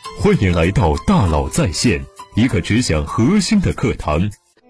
欢迎来到大佬在线，一个只讲核心的课堂。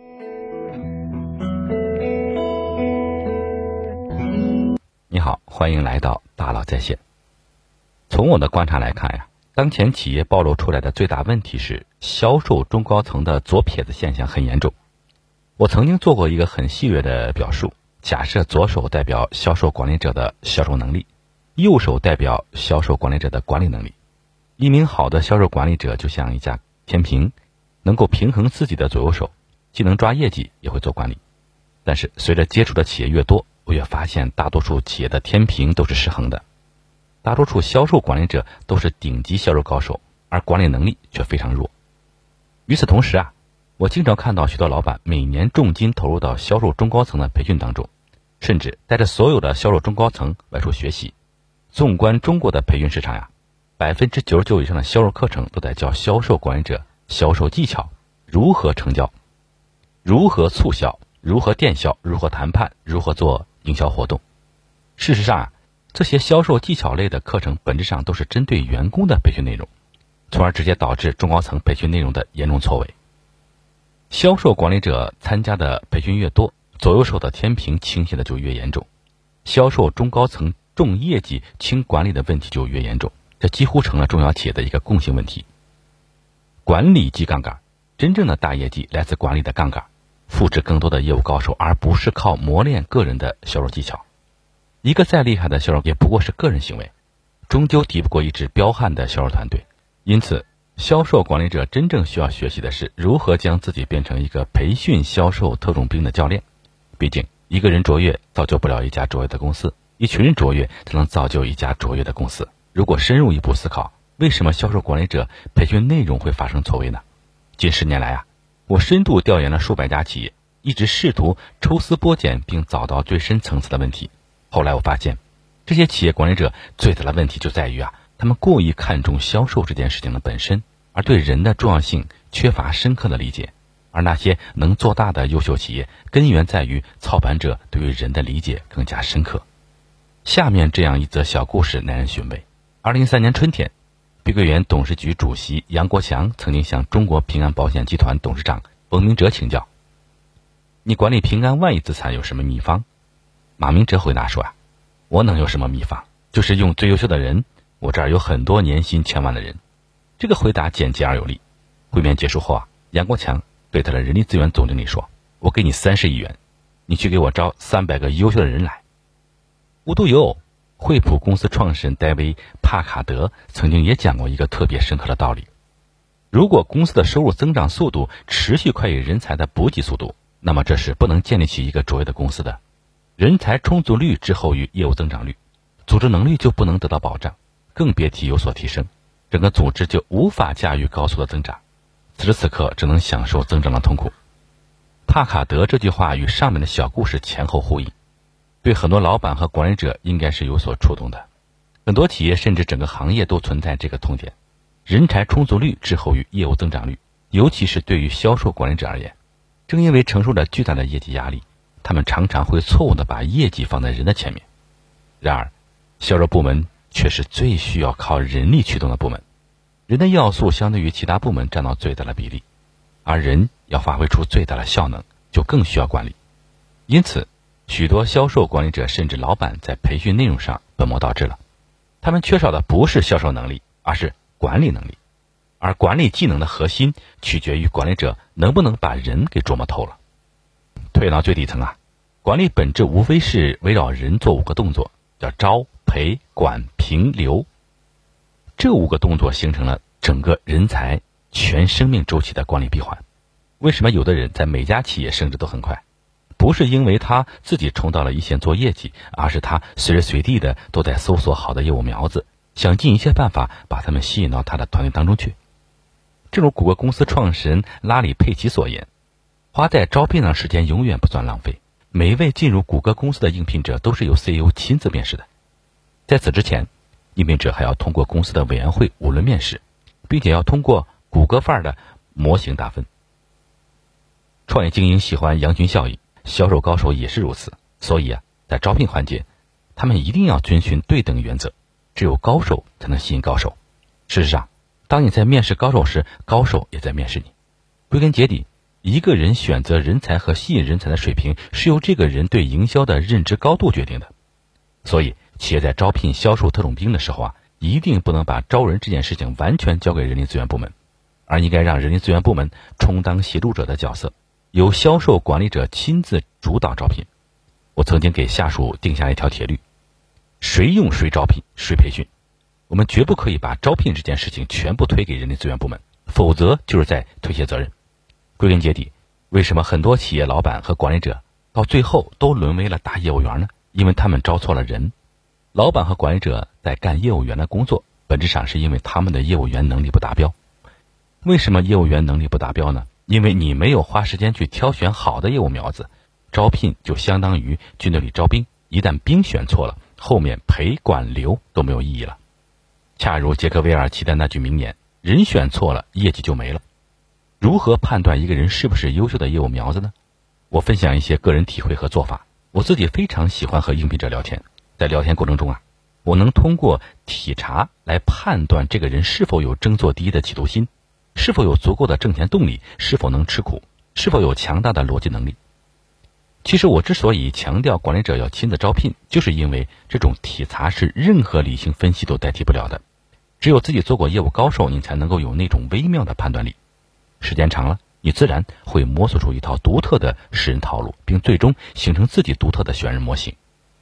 你好，欢迎来到大佬在线。从我的观察来看呀，当前企业暴露出来的最大问题是销售中高层的左撇子现象很严重。我曾经做过一个很细略的表述，假设左手代表销售管理者的销售能力，右手代表销售管理者的管理能力。一名好的销售管理者就像一架天平，能够平衡自己的左右手，既能抓业绩也会做管理。但是随着接触的企业越多，我越发现大多数企业的天平都是失衡的。大多数销售管理者都是顶级销售高手，而管理能力却非常弱。与此同时我经常看到许多老板每年重金投入到销售中高层的培训当中，甚至带着所有的销售中高层外出学习。纵观中国的培训市场99%以上的销售课程都在教销售管理者销售技巧，如何成交，如何促销，如何电销，如何谈判，如何做营销活动。事实上这些销售技巧类的课程本质上都是针对员工的培训内容，从而直接导致中高层培训内容的严重错位。销售管理者参加的培训越多，左右手的天平倾斜的就越严重，销售中高层重业绩轻管理的问题就越严重，这几乎成了中小企业的一个共性问题。管理即杠杆，真正的大业绩来自管理的杠杆，复制更多的业务高手，而不是靠磨练个人的销售技巧。一个再厉害的销售也不过是个人行为，终究敌不过一支彪悍的销售团队。因此销售管理者真正需要学习的是如何将自己变成一个培训销售特种兵的教练。毕竟一个人卓越造就不了一家卓越的公司，一群人卓越才能造就一家卓越的公司。如果深入一步思考，为什么销售管理者培训内容会发生错位呢？近10年来我深度调研了数百家企业，一直试图抽丝剥茧并找到最深层次的问题。后来我发现，这些企业管理者最大的问题就在于他们过于看重销售这件事情的本身，而对人的重要性缺乏深刻的理解。而那些能做大的优秀企业，根源在于操盘者对于人的理解更加深刻。下面这样一则小故事耐人寻味。2013年春天，碧桂园董事局主席杨国强曾经向中国平安保险集团董事长冯明哲请教，你管理平安万亿资产有什么秘方？马明哲回答说我能有什么秘方，就是用最优秀的人，我这儿有很多年薪1000万的人。这个回答简洁而有力。会面结束后杨国强对他的人力资源总经理说，我给你30亿元，你去给我招300个优秀的人来。无独有偶，惠普公司创始人戴维·帕卡德曾经也讲过一个特别深刻的道理，如果公司的收入增长速度持续快于人才的补给速度，那么这是不能建立起一个卓越的公司的。人才充足率滞后于业务增长率，组织能力就不能得到保障，更别提有所提升，整个组织就无法驾驭高速的增长，此时此刻只能享受增长的痛苦。帕卡德这句话与上面的小故事前后呼应，对很多老板和管理者应该是有所触动的。很多企业甚至整个行业都存在这个痛点，人才充足率滞后于业务增长率，尤其是对于销售管理者而言，正因为承受着巨大的业绩压力，他们常常会错误地把业绩放在人的前面。然而销售部门却是最需要靠人力驱动的部门，人的要素相对于其他部门占到最大的比例，而人要发挥出最大的效能，就更需要管理。因此许多销售管理者甚至老板在培训内容上本末倒置了，他们缺少的不是销售能力，而是管理能力。而管理技能的核心取决于管理者能不能把人给琢磨透了。退到最底层管理本质无非是围绕人做5个动作，叫招、培、管、评、留。这5个动作形成了整个人才全生命周期的管理闭环。为什么有的人在每家企业升职都很快？不是因为他自己冲到了一线做业绩，而是他随时随地的都在搜索好的业务苗子，想尽一切办法把他们吸引到他的团队当中去。正如谷歌公司创始人拉里·佩奇所言，花在招聘上的时间永远不算浪费。每一位进入谷歌公司的应聘者都是由 CEO 亲自面试的，在此之前，应聘者还要通过公司的委员会5轮面试，并且要通过谷歌范儿的模型打分。创业精英喜欢羊群效应，销售高手也是如此。所以在招聘环节，他们一定要遵循对等原则，只有高手才能吸引高手。事实上， 当你在面试高手时，高手也在面试你。归根结底，一个人选择人才和吸引人才的水平是由这个人对营销的认知高度决定的。所以企业在招聘销售特种兵的时候一定不能把招人这件事情完全交给人力资源部门，而应该让人力资源部门充当协助者的角色，由销售管理者亲自主导招聘。我曾经给下属定下一条铁律：谁用谁招聘，谁培训。我们绝不可以把招聘这件事情全部推给人力资源部门，否则就是在推卸责任。归根结底，为什么很多企业老板和管理者到最后都沦为了大业务员呢？因为他们招错了人。老板和管理者在干业务员的工作，本质上是因为他们的业务员能力不达标。为什么业务员能力不达标呢？因为你没有花时间去挑选好的业务苗子。招聘就相当于军队里招兵，一旦兵选错了，后面培管留都没有意义了。恰如杰克韦尔奇的那句名言：人选错了，业绩就没了。如何判断一个人是不是优秀的业务苗子呢？我分享一些个人体会和做法。我自己非常喜欢和应聘者聊天，在聊天过程中我能通过体察来判断这个人是否有争做第一的企图心，是否有足够的挣钱动力，是否能吃苦，是否有强大的逻辑能力。其实我之所以强调管理者要亲自招聘，就是因为这种体察是任何理性分析都代替不了的。只有自己做过业务高手，你才能够有那种微妙的判断力。时间长了，你自然会摸索出一套独特的识人套路，并最终形成自己独特的选人模型。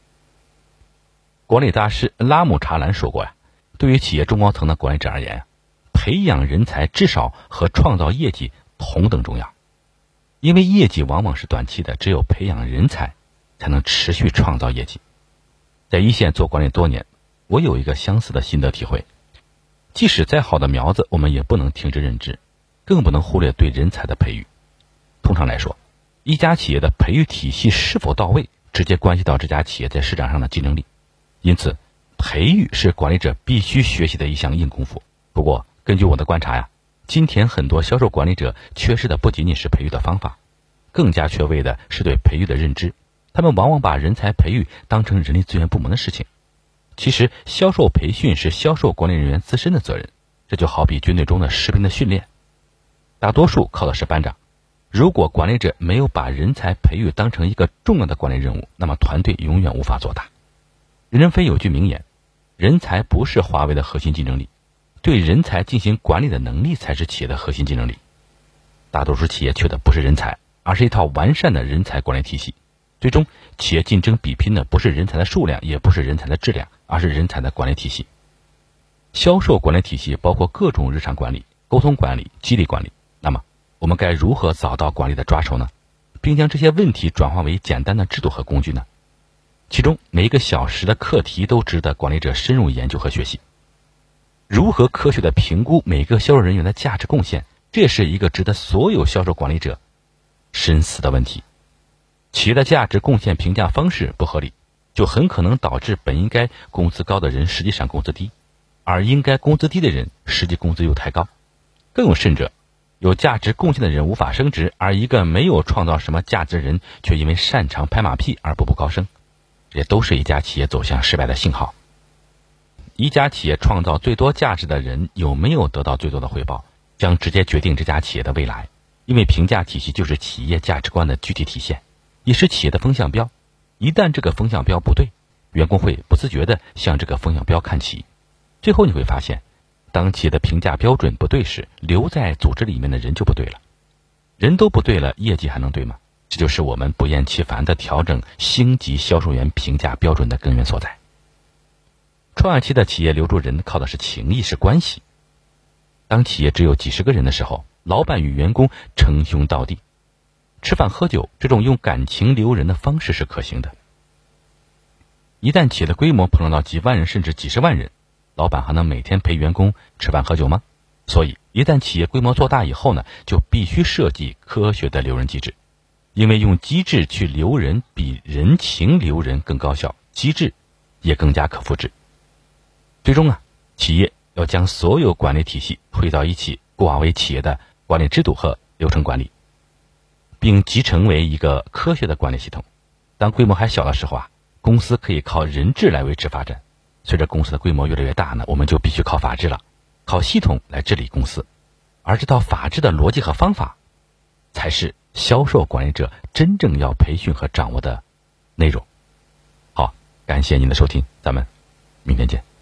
管理大师拉姆查兰说过对于企业中高层的管理者而言培养人才至少和创造业绩同等重要。因为业绩往往是短期的，只有培养人才才能持续创造业绩。在一线做管理多年，我有一个相似的心得体会：即使再好的苗子，我们也不能停止认知，更不能忽略对人才的培育。通常来说，一家企业的培育体系是否到位，直接关系到这家企业在市场上的竞争力。因此，培育是管理者必须学习的一项硬功夫。不过，根据我的观察今天很多销售管理者缺失的不仅仅是培育的方法，更加缺位的是对培育的认知。他们往往把人才培育当成人力资源部门的事情。其实，销售培训是销售管理人员自身的责任。这就好比军队中的士兵的训练，大多数靠的是班长。如果管理者没有把人才培育当成一个重要的管理任务，那么团队永远无法做大。任正非有句名言：人才不是华为的核心竞争力，对人才进行管理的能力才是企业的核心竞争力。大多数企业缺的不是人才，而是一套完善的人才管理体系。最终，企业竞争比拼的不是人才的数量，也不是人才的质量，而是人才的管理体系。销售管理体系包括各种日常管理、沟通管理、激励管理。那么，我们该如何找到管理的抓手呢？并将这些问题转化为简单的制度和工具呢？其中每一个小时的课题都值得管理者深入研究和学习。如何科学地评估每个销售人员的价值贡献，这也是一个值得所有销售管理者深思的问题。企业的价值贡献评价方式不合理，就很可能导致本应该工资高的人实际上工资低，而应该工资低的人实际工资又太高。更有甚者，有价值贡献的人无法升职，而一个没有创造什么价值的人却因为擅长拍马屁而步步高升。这都是一家企业走向失败的信号。一家企业创造最多价值的人有没有得到最多的回报，将直接决定这家企业的未来。因为评价体系就是企业价值观的具体体现，也是企业的风向标。一旦这个风向标不对，员工会不自觉地向这个风向标看齐。最后你会发现，当企业的评价标准不对时，留在组织里面的人就不对了。人都不对了，业绩还能对吗？这就是我们不厌其烦地调整星级销售员评价标准的根源所在。创业期的企业留住人靠的是情谊，是关系。当企业只有几十个人的时候，老板与员工称兄道弟，吃饭喝酒这种用感情留人的方式是可行的。一旦企业的规模膨胀到几万人甚至几十万人，老板还能每天陪员工吃饭喝酒吗？所以一旦企业规模做大以后呢，就必须设计科学的留人机制。因为用机制去留人比人情留人更高效，机制也更加可复制。最终企业要将所有管理体系汇到一起，固化为企业的管理制度和流程管理，并集成为一个科学的管理系统。当规模还小的时候公司可以靠人治来维持发展。随着公司的规模越来越大呢，我们就必须靠法治了。 靠系统来治理公司，而这套法治的逻辑和方法，才是销售管理者真正要培训和掌握的内容。好，感谢您的收听，咱们明天见。